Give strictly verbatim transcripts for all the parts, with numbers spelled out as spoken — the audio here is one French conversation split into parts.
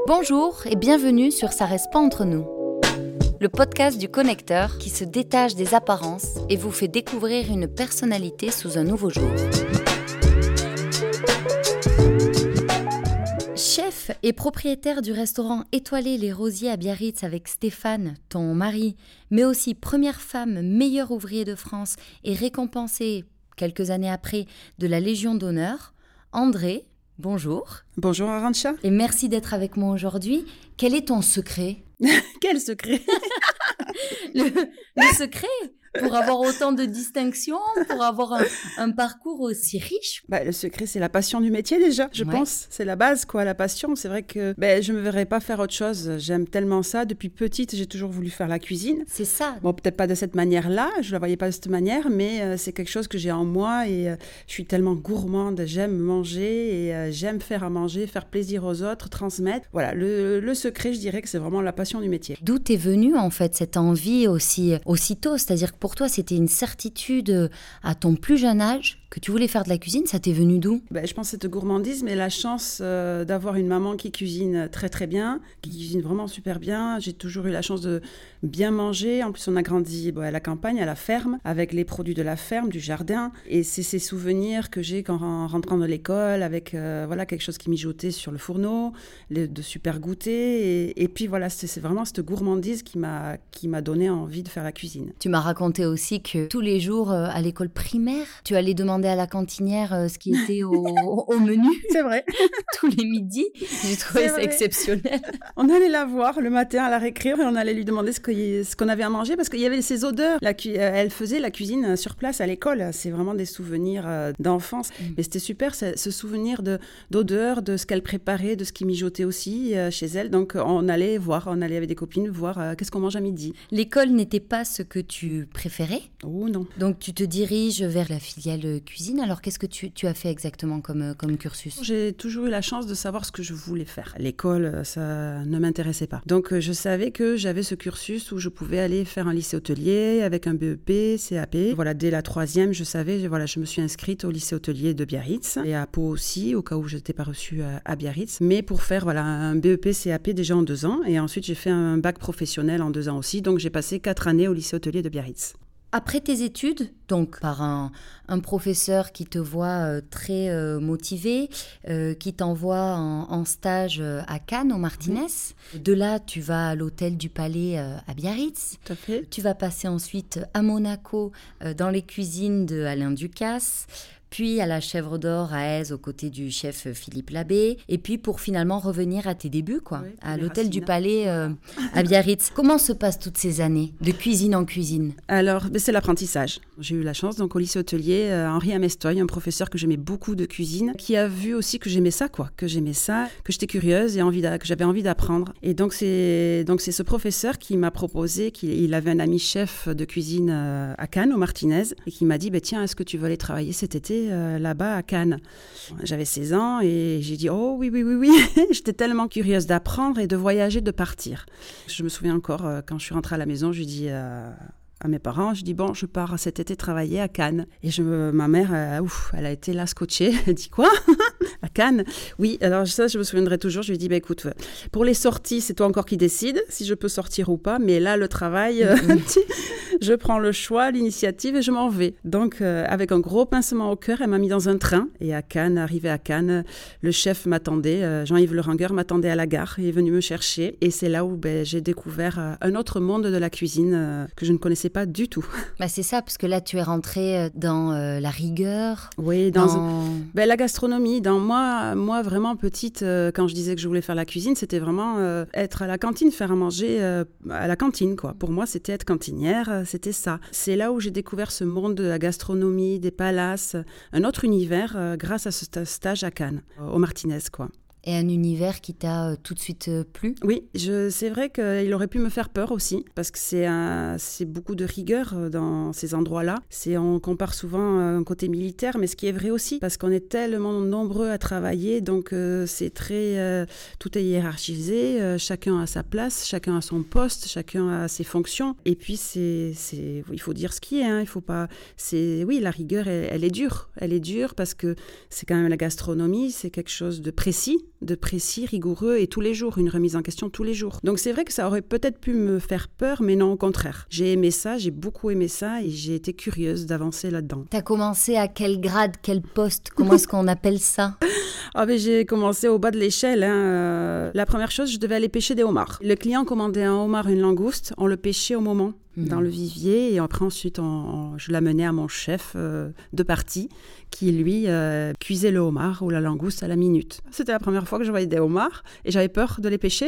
Bonjour et bienvenue sur Ça reste pas entre nous, le podcast du Connecteur qui se détache des apparences et vous fait découvrir une personnalité sous un nouveau jour. Chef et propriétaire du restaurant étoilé Les Rosiers à Biarritz avec Stéphane, ton mari, mais aussi première femme meilleur ouvrier de France et récompensée quelques années après de la Légion d'honneur, André, bonjour. Bonjour Arantxa. Et merci d'être avec moi aujourd'hui. Quel est ton secret ? Quel secret ? le, le secret pour avoir autant de distinctions, pour avoir un, un parcours aussi riche. Bah, le secret, c'est la passion du métier déjà, je ouais. pense. C'est la base, quoi, la passion. C'est vrai que bah, je ne me verrais pas faire autre chose. J'aime tellement ça. Depuis petite, j'ai toujours voulu faire la cuisine. C'est ça. Bon, peut-être pas de cette manière-là, je ne la voyais pas de cette manière, mais euh, c'est quelque chose que j'ai en moi et euh, je suis tellement gourmande. J'aime manger et euh, j'aime faire à manger, faire plaisir aux autres, transmettre. Voilà, le, le secret, je dirais que c'est vraiment la passion du métier. D'où t'es venue, en fait, cette envie aussi, aussitôt ? C'est-à-dire que pour toi, c'était une certitude à ton plus jeune âge que tu voulais faire de la cuisine. Ça t'est venu d'où ? Ben, je pense que cette gourmandise, mais la chance euh, d'avoir une maman qui cuisine très très bien, qui cuisine vraiment super bien. J'ai toujours eu la chance de bien manger. En plus, on a grandi bon, à la campagne, à la ferme, avec les produits de la ferme, du jardin. Et c'est ces souvenirs que j'ai quand en rentrant de l'école, avec euh, voilà, quelque chose qui mijotait sur le fourneau, les, de super goûter. Et, et puis voilà, c'est, c'est vraiment cette gourmandise qui m'a, qui m'a donné envie de faire la cuisine. Tu m'as raconté aussi que tous les jours, euh, à l'école primaire, tu allais demander à la cantinière euh, ce qui était au, au menu. C'est vrai. Tous les midis. J'ai trouvé ça exceptionnel. On allait la voir le matin à la récré et on allait lui demander ce, que, ce qu'on avait à manger parce qu'il y avait ces odeurs. La cu- elle faisait la cuisine sur place à l'école. C'est vraiment des souvenirs euh, d'enfance. Mm. Mais c'était super, ce, ce souvenir de, d'odeur, de ce qu'elle préparait, de ce qui mijotait aussi euh, chez elle. Donc on allait voir, on allait avec des copines voir euh, qu'est-ce qu'on mange à midi. L'école n'était pas ce que tu préférais ? Oh non. Donc tu te diriges vers la filiale cuisine. Alors qu'est-ce que tu, tu as fait exactement comme, comme cursus ? J'ai toujours eu la chance de savoir ce que je voulais faire. L'école, ça ne m'intéressait pas. Donc je savais que j'avais ce cursus où je pouvais aller faire un lycée hôtelier avec un B E P, C A P. Voilà, dès la troisième, je savais, voilà, je me suis inscrite au lycée hôtelier de Biarritz et à Pau aussi, au cas où je n'étais pas reçue à, à Biarritz. Mais pour faire voilà, un B E P, C A P déjà en deux ans. Et ensuite, j'ai fait un bac professionnel en deux ans aussi. Donc j'ai passé quatre années au lycée hôtelier de Biarritz. Après tes études, donc par un, un professeur qui te voit euh, très euh, motivé, euh, qui t'envoie en, en stage euh, à Cannes, au Martinez. Mmh. De là, tu vas à l'hôtel du Palais euh, à Biarritz. Tout à fait. Tu vas passer ensuite à Monaco, euh, dans les cuisines de Alain Ducasse. Puis à la Chèvre d'Or à Aise aux côtés du chef Philippe Labbé, et puis pour finalement revenir à tes débuts, quoi, oui, à l'hôtel du Palais euh, à Biarritz. Comment se passent toutes ces années de cuisine en cuisine ? Alors, c'est l'apprentissage. J'ai eu la chance, donc au lycée hôtelier, euh, Henri Amestoy, un professeur que j'aimais beaucoup de cuisine, qui a vu aussi que j'aimais ça, quoi, que j'aimais ça, que j'étais curieuse et envie que j'avais envie d'apprendre. Et donc c'est, donc c'est ce professeur qui m'a proposé, qu'il il avait un ami chef de cuisine euh, à Cannes, au Martinez, et qui m'a dit, bah, tiens, est-ce que tu veux aller travailler cet été Euh, là-bas à Cannes. J'avais seize ans et j'ai dit oh oui, oui, oui, oui. J'étais tellement curieuse d'apprendre et de voyager, de partir. Je me souviens encore euh, quand je suis rentrée à la maison, je lui dis euh, à mes parents, je dis bon, je pars cet été travailler à Cannes. Et je, ma mère, euh, ouf, elle a été là scotchée. Elle dit quoi ? À Cannes ? Oui, alors ça, je me souviendrai toujours. Je lui ai dit, bah, écoute, pour les sorties, c'est toi encore qui décides si je peux sortir ou pas. Mais là, le travail, mm-hmm. euh, je prends le choix, l'initiative et je m'en vais. Donc, euh, avec un gros pincement au cœur, elle m'a mis dans un train. Et à Cannes, arrivé à Cannes, le chef m'attendait, euh, Jean-Yves Le Rangueur m'attendait à la gare. Il est venu me chercher. Et c'est là où ben, j'ai découvert euh, un autre monde de la cuisine euh, que je ne connaissais pas du tout. Bah c'est ça, parce que là, tu es rentrée dans euh, la rigueur. Oui, dans, dans... Ben, la gastronomie. Dans moi, moi, vraiment petite, euh, quand je disais que je voulais faire la cuisine, c'était vraiment euh, être à la cantine, faire à manger euh, à la cantine, quoi. Pour moi, c'était être cantinière, euh, c'était ça. C'est là où j'ai découvert ce monde de la gastronomie, des palaces, un autre univers euh, grâce à ce stage à Cannes, au Martinez, quoi. Et un univers qui t'a euh, tout de suite euh, plu ? Oui, je, c'est vrai qu'il aurait pu me faire peur aussi, parce que c'est, un, c'est beaucoup de rigueur dans ces endroits-là. C'est, on compare souvent un côté militaire, mais ce qui est vrai aussi, parce qu'on est tellement nombreux à travailler, donc euh, c'est très, euh, tout est hiérarchisé, euh, chacun a sa place, chacun a son poste, chacun a ses fonctions. Et puis c'est, c'est, il faut dire ce qui est, hein, il faut pas, c'est, oui, la rigueur, elle, elle est dure, elle est dure parce que c'est quand même la gastronomie, c'est quelque chose de précis. de précis, rigoureux et tous les jours, une remise en question tous les jours. Donc c'est vrai que ça aurait peut-être pu me faire peur, mais non, au contraire. J'ai aimé ça, j'ai beaucoup aimé ça et j'ai été curieuse d'avancer là-dedans. T'as commencé à quel grade, quel poste? Comment est-ce qu'on appelle ça? Ah ben, j'ai commencé au bas de l'échelle. Hein. La première chose, je devais aller pêcher des homards. Le client commandait un homard, une langouste, on le pêchait au moment. Mmh. Dans le vivier et après ensuite on, on, je l'amenais à mon chef euh, de partie qui lui euh, cuisait le homard ou la langouste à la minute. C'était la première fois que je voyais des homards et j'avais peur de les pêcher.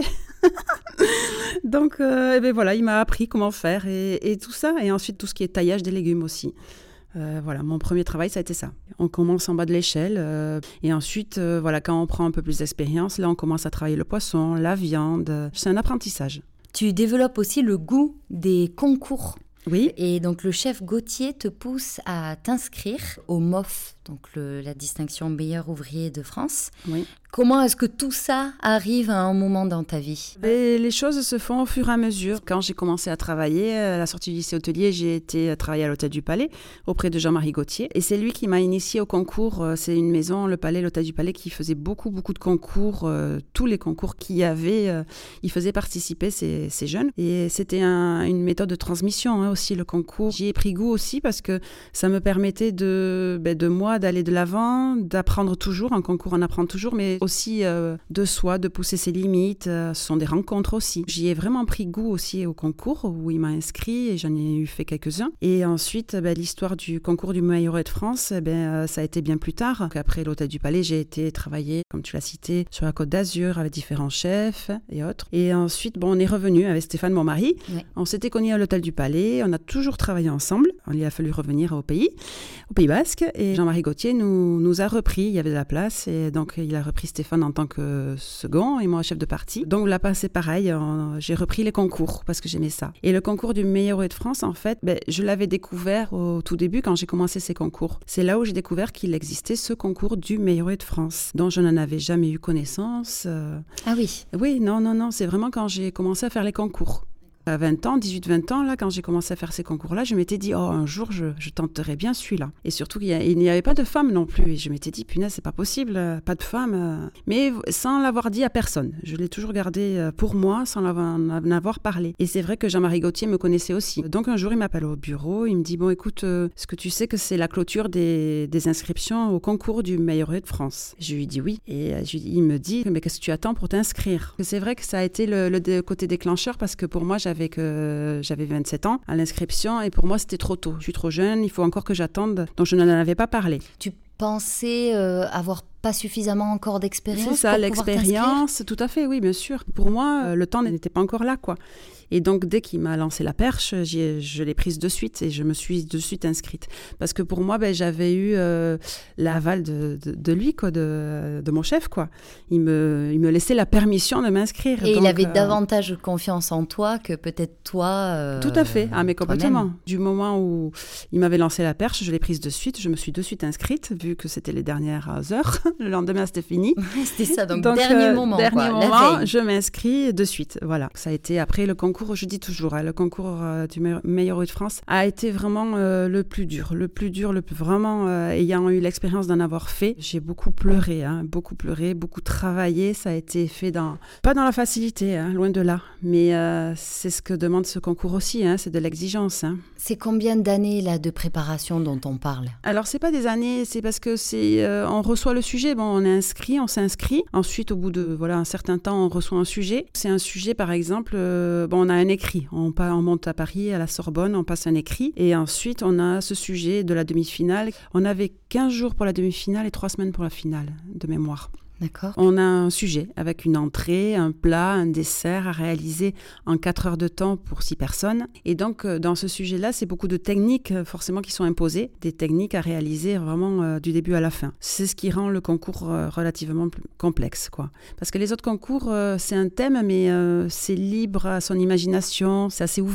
Donc euh, et ben voilà, il m'a appris comment faire et, et tout ça et ensuite tout ce qui est taillage des légumes aussi. Euh, voilà, mon premier travail, ça a été ça. On commence en bas de l'échelle euh, et ensuite, euh, voilà, quand on prend un peu plus d'expérience, là, on commence à travailler le poisson, la viande. C'est un apprentissage. Tu développes aussi le goût des concours. Oui. Et donc, le chef Gauthier te pousse à t'inscrire au M O F, donc le, la distinction meilleur ouvrier de France. Oui. Comment est-ce que tout ça arrive à un moment dans ta vie? Et les choses se font au fur et à mesure. Quand j'ai commencé à travailler, à la sortie du lycée hôtelier, j'ai été travailler à l'Hôtel du Palais auprès de Jean-Marie Gauthier. Et c'est lui qui m'a initiée au concours. C'est une maison, le Palais, l'Hôtel du Palais, qui faisait beaucoup, beaucoup de concours. Euh, tous les concours qu'il y avait, euh, il faisait participer ces, ces jeunes. Et c'était un, une méthode de transmission hein, aussi, le concours. J'y ai pris goût aussi parce que ça me permettait de, ben, de moi d'aller de l'avant, d'apprendre toujours. En concours, on apprend toujours, mais aussi euh, de soi, de pousser ses limites. Euh, ce sont des rencontres aussi. J'y ai vraiment pris goût aussi au concours où il m'a inscrit et j'en ai eu fait quelques-uns. Et ensuite, ben, l'histoire du concours du meilleur ouvrier de France, ben, euh, ça a été bien plus tard. Donc, après l'Hôtel du Palais, j'ai été travailler, comme tu l'as cité, sur la Côte d'Azur avec différents chefs et autres. Et ensuite, bon, on est revenu avec Stéphane, mon mari. Ouais. On s'était connus à l'Hôtel du Palais. On a toujours travaillé ensemble. Il a fallu revenir au pays, au Pays Basque. Et Jean-Marie Gauthier nous, nous a repris. Il y avait de la place. Et donc, il a repris Stéphane en tant que second et moi chef de partie. Donc là-bas, c'est pareil. On, j'ai repris les concours parce que j'aimais ça. Et le concours du meilleur ouvrier de France, en fait, ben, je l'avais découvert au tout début quand j'ai commencé ces concours. C'est là où j'ai découvert qu'il existait ce concours du meilleur ouvrier de France, dont je n'en avais jamais eu connaissance. Euh... Ah oui. Oui, non, non, non. C'est vraiment quand j'ai commencé à faire les concours. À vingt ans, dix-huit vingt ans, là, quand j'ai commencé à faire ces concours-là, je m'étais dit, oh, un jour, je, je tenterai bien celui-là. Et surtout, il, y a, il n'y avait pas de femmes non plus. Et je m'étais dit, punaise, c'est pas possible, pas de femmes. Mais sans l'avoir dit à personne. Je l'ai toujours gardé pour moi, sans en avoir parlé. Et c'est vrai que Jean-Marie Gauthier me connaissait aussi. Donc, un jour, il m'appelle au bureau. Il me dit, bon, écoute, euh, est-ce que tu sais que c'est la clôture des, des inscriptions au concours du meilleur ouvrier de France? Je lui dis oui. Et je, il me dit, mais qu'est-ce que tu attends pour t'inscrire? C'est vrai que ça a été le, le côté déclencheur parce que pour moi, j'avais Avec, euh, j'avais vingt-sept ans à l'inscription et pour moi c'était trop tôt. Je suis trop jeune, il faut encore que j'attende. Donc je n'en avais pas parlé. Tu pensais euh, avoir pas suffisamment encore d'expérience? C'est ça, pour l'expérience, tout à fait, oui, bien sûr. Pour moi, euh, le temps n'était pas encore là, quoi. Et donc, dès qu'il m'a lancé la perche, j'y ai, je l'ai prise de suite et je me suis de suite inscrite. Parce que pour moi, ben, j'avais eu euh, l'aval de, de, de lui, quoi, de, de mon chef, quoi. Il me, il me laissait la permission de m'inscrire. Et donc, il avait euh... davantage confiance en toi que peut-être toi. Euh, tout à fait, ah, mais complètement. Toi-même. Du moment où il m'avait lancé la perche, je l'ai prise de suite. Je me suis de suite inscrite, vu que c'était les dernières heures. Le lendemain, c'était fini. C'était ça, donc, donc dernier euh, moment. Dernier quoi, moment, je m'inscris de suite. Voilà, ça a été après le concours. Je dis toujours, hein, le concours euh, du meilleur ouvrier de France a été vraiment euh, le plus dur, le plus dur, le plus vraiment euh, ayant eu l'expérience d'en avoir fait. J'ai beaucoup pleuré, hein, beaucoup pleuré, beaucoup travaillé. Ça a été fait dans pas dans la facilité, hein, loin de là, mais euh, c'est ce que demande ce concours aussi, hein, c'est de l'exigence. Hein. C'est combien d'années là de préparation dont on parle? Alors c'est pas des années, c'est parce que c'est euh, on reçoit le sujet, bon on est inscrit, on s'inscrit. Ensuite au bout de voilà un certain temps on reçoit un sujet. C'est un sujet par exemple, euh, bon on a un écrit, on, on monte à Paris à la Sorbonne, on passe un écrit et ensuite on a ce sujet de la demi-finale. On avait quinze jours pour la demi-finale et trois semaines pour la finale de mémoire. D'accord. On a un sujet avec une entrée, un plat, un dessert à réaliser en quatre heures de temps pour six personnes. Et donc, dans ce sujet-là, c'est beaucoup de techniques forcément qui sont imposées, des techniques à réaliser vraiment euh, du début à la fin. C'est ce qui rend le concours euh, relativement plus complexe, quoi. Parce que les autres concours, euh, c'est un thème, mais euh, c'est libre à son imagination, c'est assez ouvert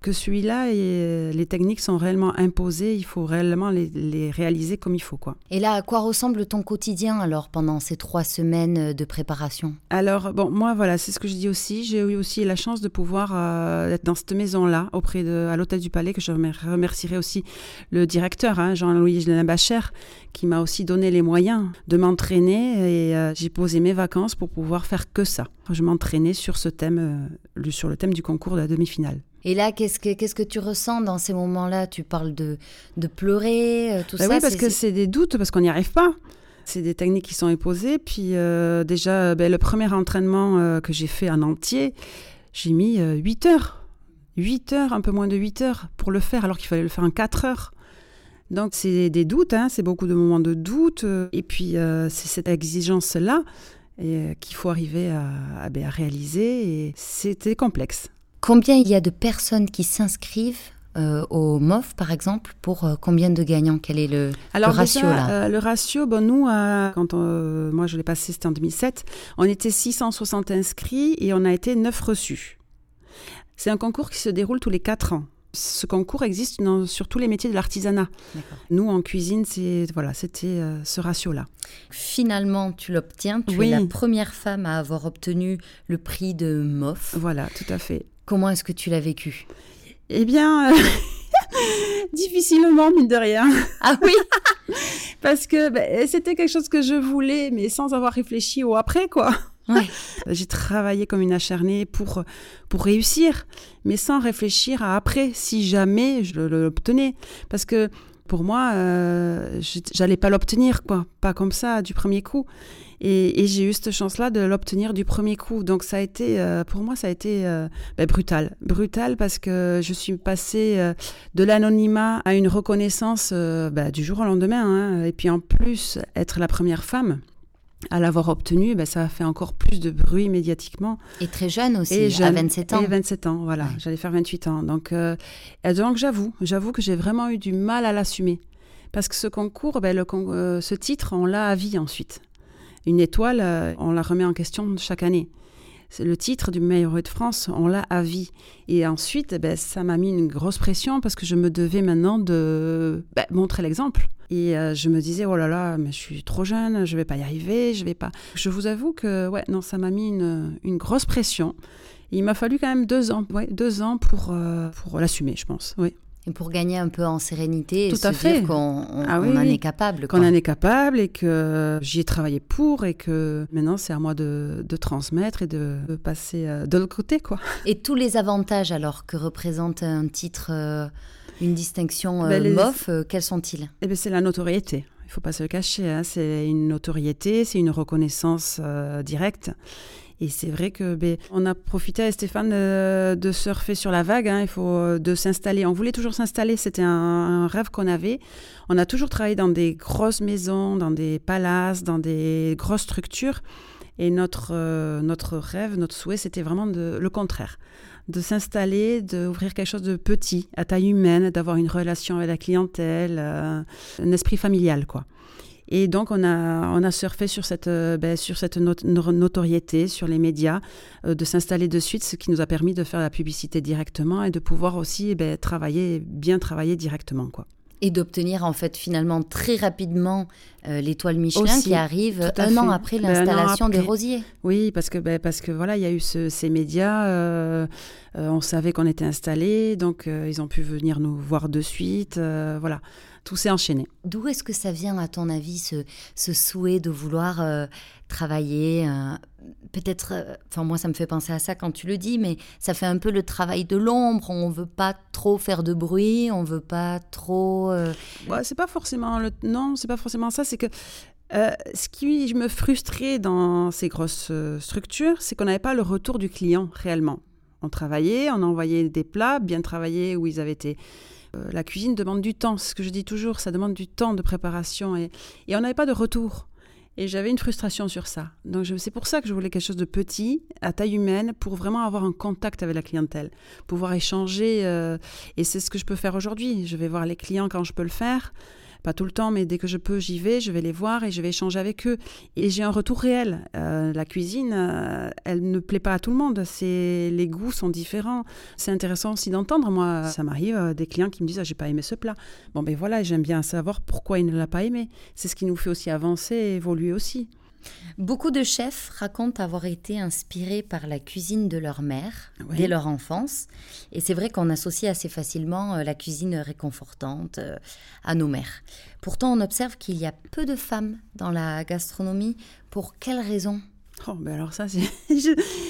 que celui-là, et les techniques sont réellement imposées, il faut réellement les, les réaliser comme il faut, quoi. Et là, à quoi ressemble ton quotidien alors pendant ces trois semaines de préparation ? Alors, bon, moi, voilà, c'est ce que je dis aussi. J'ai eu aussi la chance de pouvoir euh, être dans cette maison-là, auprès de, à l'Hôtel du Palais, que je remercierai aussi le directeur, hein, Jean-Louis Limbacher, qui m'a aussi donné les moyens de m'entraîner, et euh, j'ai posé mes vacances pour pouvoir faire que ça. Je m'entraînais sur ce thème, euh, sur le thème du concours de la demi-finale. Et là, qu'est-ce que, qu'est-ce que tu ressens dans ces moments-là ? Tu parles de, de pleurer, euh, tout bah ça Oui, parce c'est, que c'est... c'est des doutes, parce qu'on n'y arrive pas. C'est des techniques qui sont imposées. Puis euh, déjà, ben, le premier entraînement euh, que j'ai fait en entier, j'ai mis euh, huit heures. huit heures, un peu moins de huit heures pour le faire, alors qu'il fallait le faire en quatre heures. Donc c'est des doutes, hein, c'est beaucoup de moments de doute. Et puis euh, c'est cette exigence-là et, euh, qu'il faut arriver à, à, ben, à réaliser. Et c'était complexe. Combien il y a de personnes qui s'inscrivent euh, au M O F, par exemple, pour euh, combien de gagnants ? Quel est le, Alors le ratio déjà, là euh, Le ratio, bon, nous, euh, quand on, moi je l'ai passé, c'était en deux mille sept, on était six cent soixante inscrits et on a été neuf reçus. C'est un concours qui se déroule tous les quatre ans. Ce concours existe dans, sur tous les métiers de l'artisanat. D'accord. Nous, en cuisine, c'est, voilà, c'était euh, ce ratio-là. Finalement, tu l'obtiens. Tu oui. es la première femme à avoir obtenu le prix de M O F. Voilà, tout à fait. Comment est-ce que tu l'as vécu ? Eh bien, euh, difficilement, mine de rien. Ah oui. Parce que ben, c'était quelque chose que je voulais, mais sans avoir réfléchi au après, quoi. Ouais. J'ai travaillé comme une acharnée pour, pour réussir, mais sans réfléchir à après, si jamais je l'obtenais. Parce que pour moi, euh, j'allais pas l'obtenir, quoi. Pas comme ça, du premier coup. Et, et j'ai eu cette chance-là de l'obtenir du premier coup. Donc ça a été, euh, pour moi, ça a été euh, ben, brutal. Brutal parce que je suis passée euh, de l'anonymat à une reconnaissance euh, ben, du jour au lendemain. Hein. Et puis en plus, être la première femme à l'avoir obtenu, ben, ça a fait encore plus de bruit médiatiquement. Et très jeune aussi, et jeune, à vingt-sept ans. Et vingt-sept ans, voilà. Ouais. J'allais faire vingt-huit ans. Donc, euh, et donc j'avoue, j'avoue que j'ai vraiment eu du mal à l'assumer. Parce que ce concours, ben, le, euh, ce titre, on l'a à vie ensuite. Une étoile, euh, on la remet en question chaque année. C'est le titre du meilleur de France, on l'a à vie. Et ensuite, ben, ça m'a mis une grosse pression parce que je me devais maintenant de ben, montrer l'exemple. Et euh, je me disais, oh là là, mais je suis trop jeune, je ne vais pas y arriver, je vais pas... Je vous avoue que ouais, non, ça m'a mis une, une grosse pression. Et il m'a fallu quand même deux ans, ouais, deux ans pour, euh, pour l'assumer, je pense, oui. Et pour gagner un peu en sérénité et Tout se à fait. dire qu'on on, ah, oui, on en oui. est capable. Qu'on quoi. en est capable et que j'y ai travaillé pour et que maintenant c'est à moi de, de transmettre et de, de passer de l'autre côté, quoi. Et tous les avantages alors que représente un titre, euh, une distinction euh, ben, les... M O F, euh, quels sont-ils ? Eh ben, c'est la notoriété. Il ne faut pas se le cacher. Hein. C'est une notoriété, c'est une reconnaissance euh, directe. Et c'est vrai que ben, on a profité avec Stéphane de, de surfer sur la vague. Hein. Il faut de s'installer. On voulait toujours s'installer. C'était un, un rêve qu'on avait. On a toujours travaillé dans des grosses maisons, dans des palaces, dans des grosses structures. Et notre euh, notre rêve, notre souhait, c'était vraiment de, le contraire, de s'installer, d'ouvrir quelque chose de petit, à taille humaine, d'avoir une relation avec la clientèle, euh, un esprit familial, quoi. Et donc, on a, on a surfé sur cette, euh, ben, sur cette not- notoriété, sur les médias, euh, de s'installer de suite, ce qui nous a permis de faire la publicité directement et de pouvoir aussi ben, travailler, bien travailler directement, quoi. Et d'obtenir en fait finalement très rapidement euh, l'étoile Michelin aussi, qui arrive un fait. an après l'installation ben, des rosiers. Oui, parce que, ben, parce que voilà, il y a eu ce, ces médias, euh, euh, on savait qu'on était installés, donc euh, ils ont pu venir nous voir de suite, euh, voilà. Tout s'est enchaîné. D'où est-ce que ça vient, à ton avis, ce, ce souhait de vouloir euh, travailler euh, peut-être, enfin euh, moi ça me fait penser à ça quand tu le dis, mais ça fait un peu le travail de l'ombre. On ne veut pas trop faire de bruit, on ne veut pas trop... Euh... Ouais, c'est pas forcément le... Non, c'est pas forcément ça, c'est que euh, ce qui me frustrait dans ces grosses euh, structures, c'est qu'on n'avait pas le retour du client réellement. On travaillait, on envoyait des plats bien travaillés où ils avaient été... Euh, la cuisine demande du temps, c'est ce que je dis toujours, ça demande du temps de préparation et, et on n'avait pas de retour. Et j'avais une frustration sur ça. Donc je, c'est pour ça que je voulais quelque chose de petit, à taille humaine, pour vraiment avoir un contact avec la clientèle, pouvoir échanger. Euh, et c'est ce que je peux faire aujourd'hui. Je vais voir les clients quand je peux le faire. Pas tout le temps, mais dès que je peux, j'y vais, je vais les voir et je vais échanger avec eux. Et j'ai un retour réel. Euh, la cuisine, euh, elle ne plaît pas à tout le monde. C'est... Les goûts sont différents. C'est intéressant aussi d'entendre. Moi, ça m'arrive euh, des clients qui me disent ah, « j'ai pas aimé ce plat ». Bon, ben voilà, j'aime bien savoir pourquoi il ne l'a pas aimé. C'est ce qui nous fait aussi avancer et évoluer aussi. Beaucoup de chefs racontent avoir été inspirés par la cuisine de leur mère oui. dès leur enfance. Et c'est vrai qu'on associe assez facilement la cuisine réconfortante à nos mères. Pourtant, on observe qu'il y a peu de femmes dans la gastronomie. Pour quelles raisons ? Oh, ben alors ça, c'est... je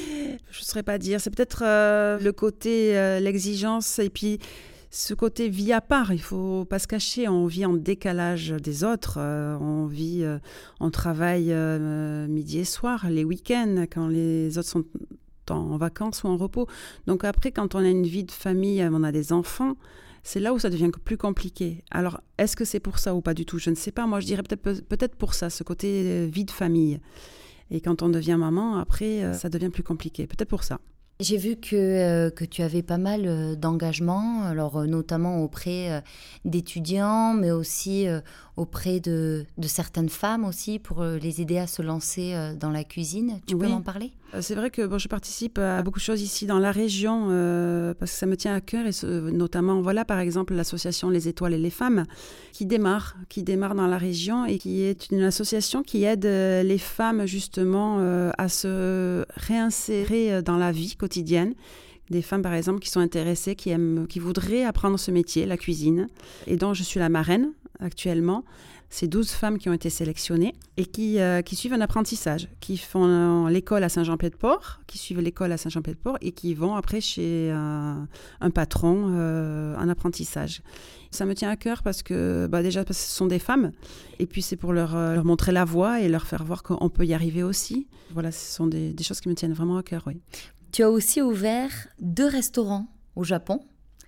ne saurais pas dire. C'est peut-être euh, le côté, euh, l'exigence et puis... Ce côté vie à part, il ne faut pas se cacher, on vit en décalage des autres, euh, on vit, euh, on travaille euh, midi et soir, les week-ends, quand les autres sont en vacances ou en repos. Donc après, quand on a une vie de famille, on a des enfants, c'est là où ça devient plus compliqué. Alors, est-ce que c'est pour ça ou pas du tout ? Je ne sais pas, moi je dirais peut-être, peut-être pour ça, ce côté vie de famille. Et quand on devient maman, après, euh, ça devient plus compliqué, peut-être pour ça. J'ai vu que, euh, que tu avais pas mal euh, d'engagement, alors euh, notamment auprès euh, d'étudiants, mais aussi euh, auprès de, de certaines femmes aussi, pour euh, les aider à se lancer euh, dans la cuisine. Tu oui. peux m'en parler ? C'est vrai que bon, je participe à beaucoup de choses ici dans la région, euh, parce que ça me tient à cœur, et ce, notamment, voilà, par exemple, l'association Les Étoiles et les Femmes, qui démarre, qui démarre dans la région, et qui est une association qui aide euh, les femmes, justement, euh, à se réinsérer dans la vie quotidienne. Des femmes, par exemple, qui sont intéressées, qui aiment, qui voudraient apprendre ce métier, la cuisine, et dont je suis la marraine actuellement. C'est douze femmes qui ont été sélectionnées et qui, euh, qui suivent un apprentissage, qui font l'école à Saint-Jean-Pied-de-Port, qui suivent l'école à Saint-Jean-Pied-de-Port et qui vont après chez un, un patron euh, en apprentissage. Ça me tient à cœur parce que, bah déjà, parce que ce sont des femmes et puis c'est pour leur, leur montrer la voie et leur faire voir qu'on peut y arriver aussi. Voilà, ce sont des, des choses qui me tiennent vraiment à cœur, oui. Tu as aussi ouvert deux restaurants au Japon.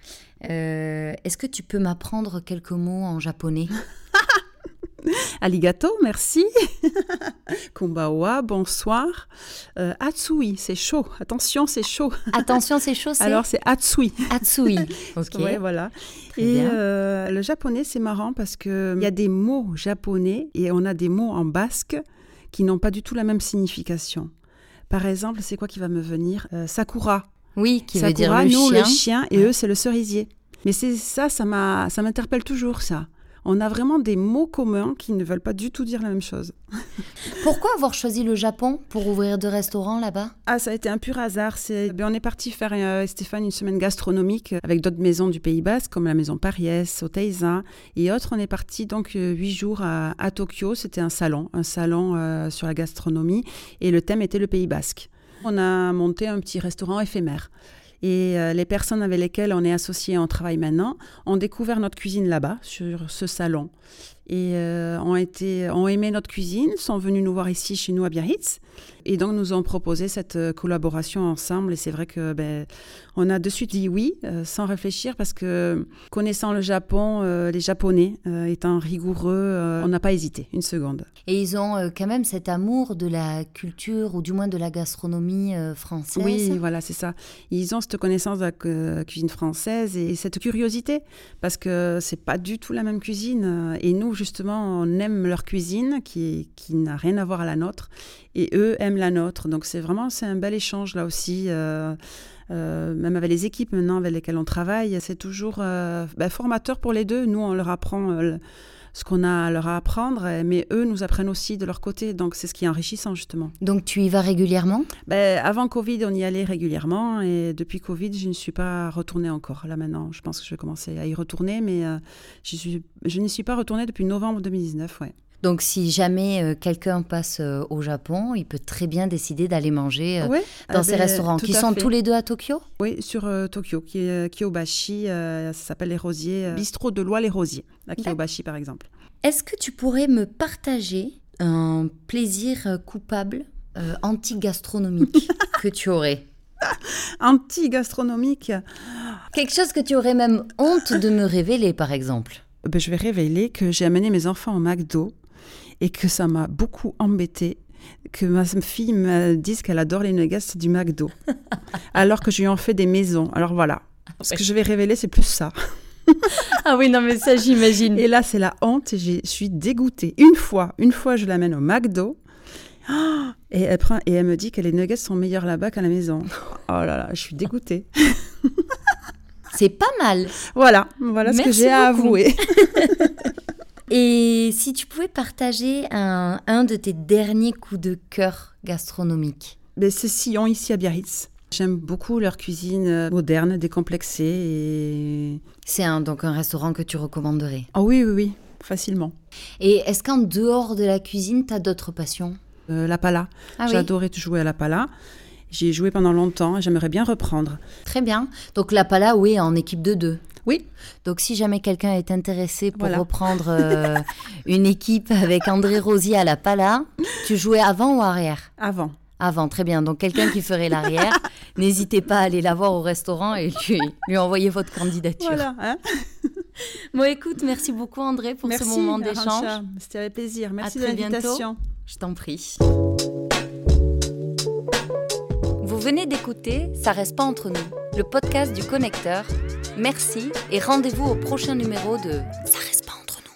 Euh, est-ce que tu peux m'apprendre quelques mots en japonais ? Arigato, merci. Konbawa, bonsoir. Euh, Atsui, c'est chaud. Attention, c'est chaud. Attention, c'est chaud, c'est... Alors, c'est Atsui. Atsui, ok. Ouais, voilà. Très et bien. Euh, le japonais, c'est marrant parce qu'il y a des mots japonais et on a des mots en basque qui n'ont pas du tout la même signification. Par exemple, c'est quoi qui va me venir ? euh, Sakura. Oui, qui Sakura, veut dire le nous, chien. le chien, et ouais. eux, c'est le cerisier. Mais c'est ça, ça, m'a, ça m'interpelle toujours, ça. On a vraiment des mots communs qui ne veulent pas du tout dire la même chose. Pourquoi avoir choisi le Japon pour ouvrir deux restaurants là-bas ? Ah, ça a été un pur hasard. C'est... Ben, on est parti faire, euh, Stéphane, une semaine gastronomique avec d'autres maisons du Pays Basque, comme la maison Pariès, Oteiza et autres. On est parti donc huit euh, jours à, à Tokyo. C'était un salon, un salon euh, sur la gastronomie. Et le thème était le Pays Basque. On a monté un petit restaurant éphémère. Et euh, les personnes avec lesquelles on est associés et on travaille maintenant ont découvert notre cuisine là-bas, sur ce salon. Et euh, ont, été, ont aimé notre cuisine, sont venus nous voir ici, chez nous à Biarritz. Et donc, nous ont proposé cette collaboration ensemble. Et c'est vrai que ben, on a de suite dit oui, euh, sans réfléchir, parce que connaissant le Japon, euh, les Japonais euh, étant rigoureux, euh, on n'a pas hésité une seconde. Et ils ont euh, quand même cet amour de la culture, ou du moins de la gastronomie euh, française. Oui, voilà, c'est ça. Ils ont cette connaissance de la cu- cuisine française et cette curiosité, parce que c'est pas du tout la même cuisine. Et nous, justement, on aime leur cuisine, qui, qui n'a rien à voir à la nôtre, et eux aiment la nôtre. Donc c'est vraiment c'est un bel échange là aussi. Euh, euh, même avec les équipes maintenant avec lesquelles on travaille, c'est toujours euh, ben, formateur pour les deux. Nous, on leur apprend euh, ce qu'on a à leur apprendre, mais eux nous apprennent aussi de leur côté. Donc c'est ce qui est enrichissant, justement. Donc tu y vas régulièrement ? Ben, avant Covid, on y allait régulièrement, et depuis Covid, je ne suis pas retournée encore. Là maintenant, je pense que je vais commencer à y retourner, mais euh, je, suis, je n'y suis pas retournée depuis novembre deux mille dix-neuf, ouais. Donc, si jamais euh, quelqu'un passe euh, au Japon, il peut très bien décider d'aller manger euh, oui, dans euh, ces ben, restaurants qui sont fait. tous les deux à Tokyo ? Oui, sur euh, Tokyo, qui est Kyobashi, euh, ça s'appelle les Rosiers, euh, Bistrot de Loi les Rosiers, à Kyobashi par exemple. Est-ce que tu pourrais me partager un plaisir coupable euh, anti-gastronomique que tu aurais ? Anti-gastronomique ? Quelque chose que tu aurais même honte de me révéler, par exemple ? Ben, je vais révéler que j'ai amené mes enfants au McDo et que ça m'a beaucoup embêtée, que ma fille me dise qu'elle adore les nuggets du McDo, alors que je lui en fais des maisons. Alors voilà, ce que je vais révéler, c'est plus ça. Ah oui, non, mais ça, j'imagine. Et là, c'est la honte et je suis dégoûtée. Une fois, une fois, je l'amène au McDo. Oh, et, elle prend, et elle me dit que les nuggets sont meilleurs là-bas qu'à la maison. Oh là là, je suis dégoûtée. C'est pas mal. Voilà, voilà ce Merci que j'ai beaucoup. à avouer. Et si tu pouvais partager un, un de tes derniers coups de cœur gastronomiques? Mais c'est Sillon, ici à Biarritz. J'aime beaucoup leur cuisine moderne, décomplexée. Et... C'est un, donc un restaurant que tu recommanderais? Ah oui, oui, oui, facilement. Et est-ce qu'en dehors de la cuisine, tu as d'autres passions? Euh, la pala. Ah J'ai oui. adoré jouer à la pala. J'y ai joué pendant longtemps et j'aimerais bien reprendre. Très bien. Donc la pala, oui, en équipe de deux. Oui. Donc si jamais quelqu'un est intéressé pour Voilà. reprendre euh, une équipe avec André Rosier à la pala, tu jouais avant ou arrière? Avant. Avant, très bien. Donc quelqu'un qui ferait l'arrière, n'hésitez pas à aller la voir au restaurant et lui, lui envoyer votre candidature. Voilà. Hein. Bon, écoute, merci beaucoup André pour merci, ce moment d'échange. Arantxa. C'était avec plaisir. Merci À de très l'invitation. bientôt. Je t'en prie. Vous venez d'écouter Ça reste pas entre nous, le podcast du Connecteur. Merci et rendez-vous au prochain numéro de Ça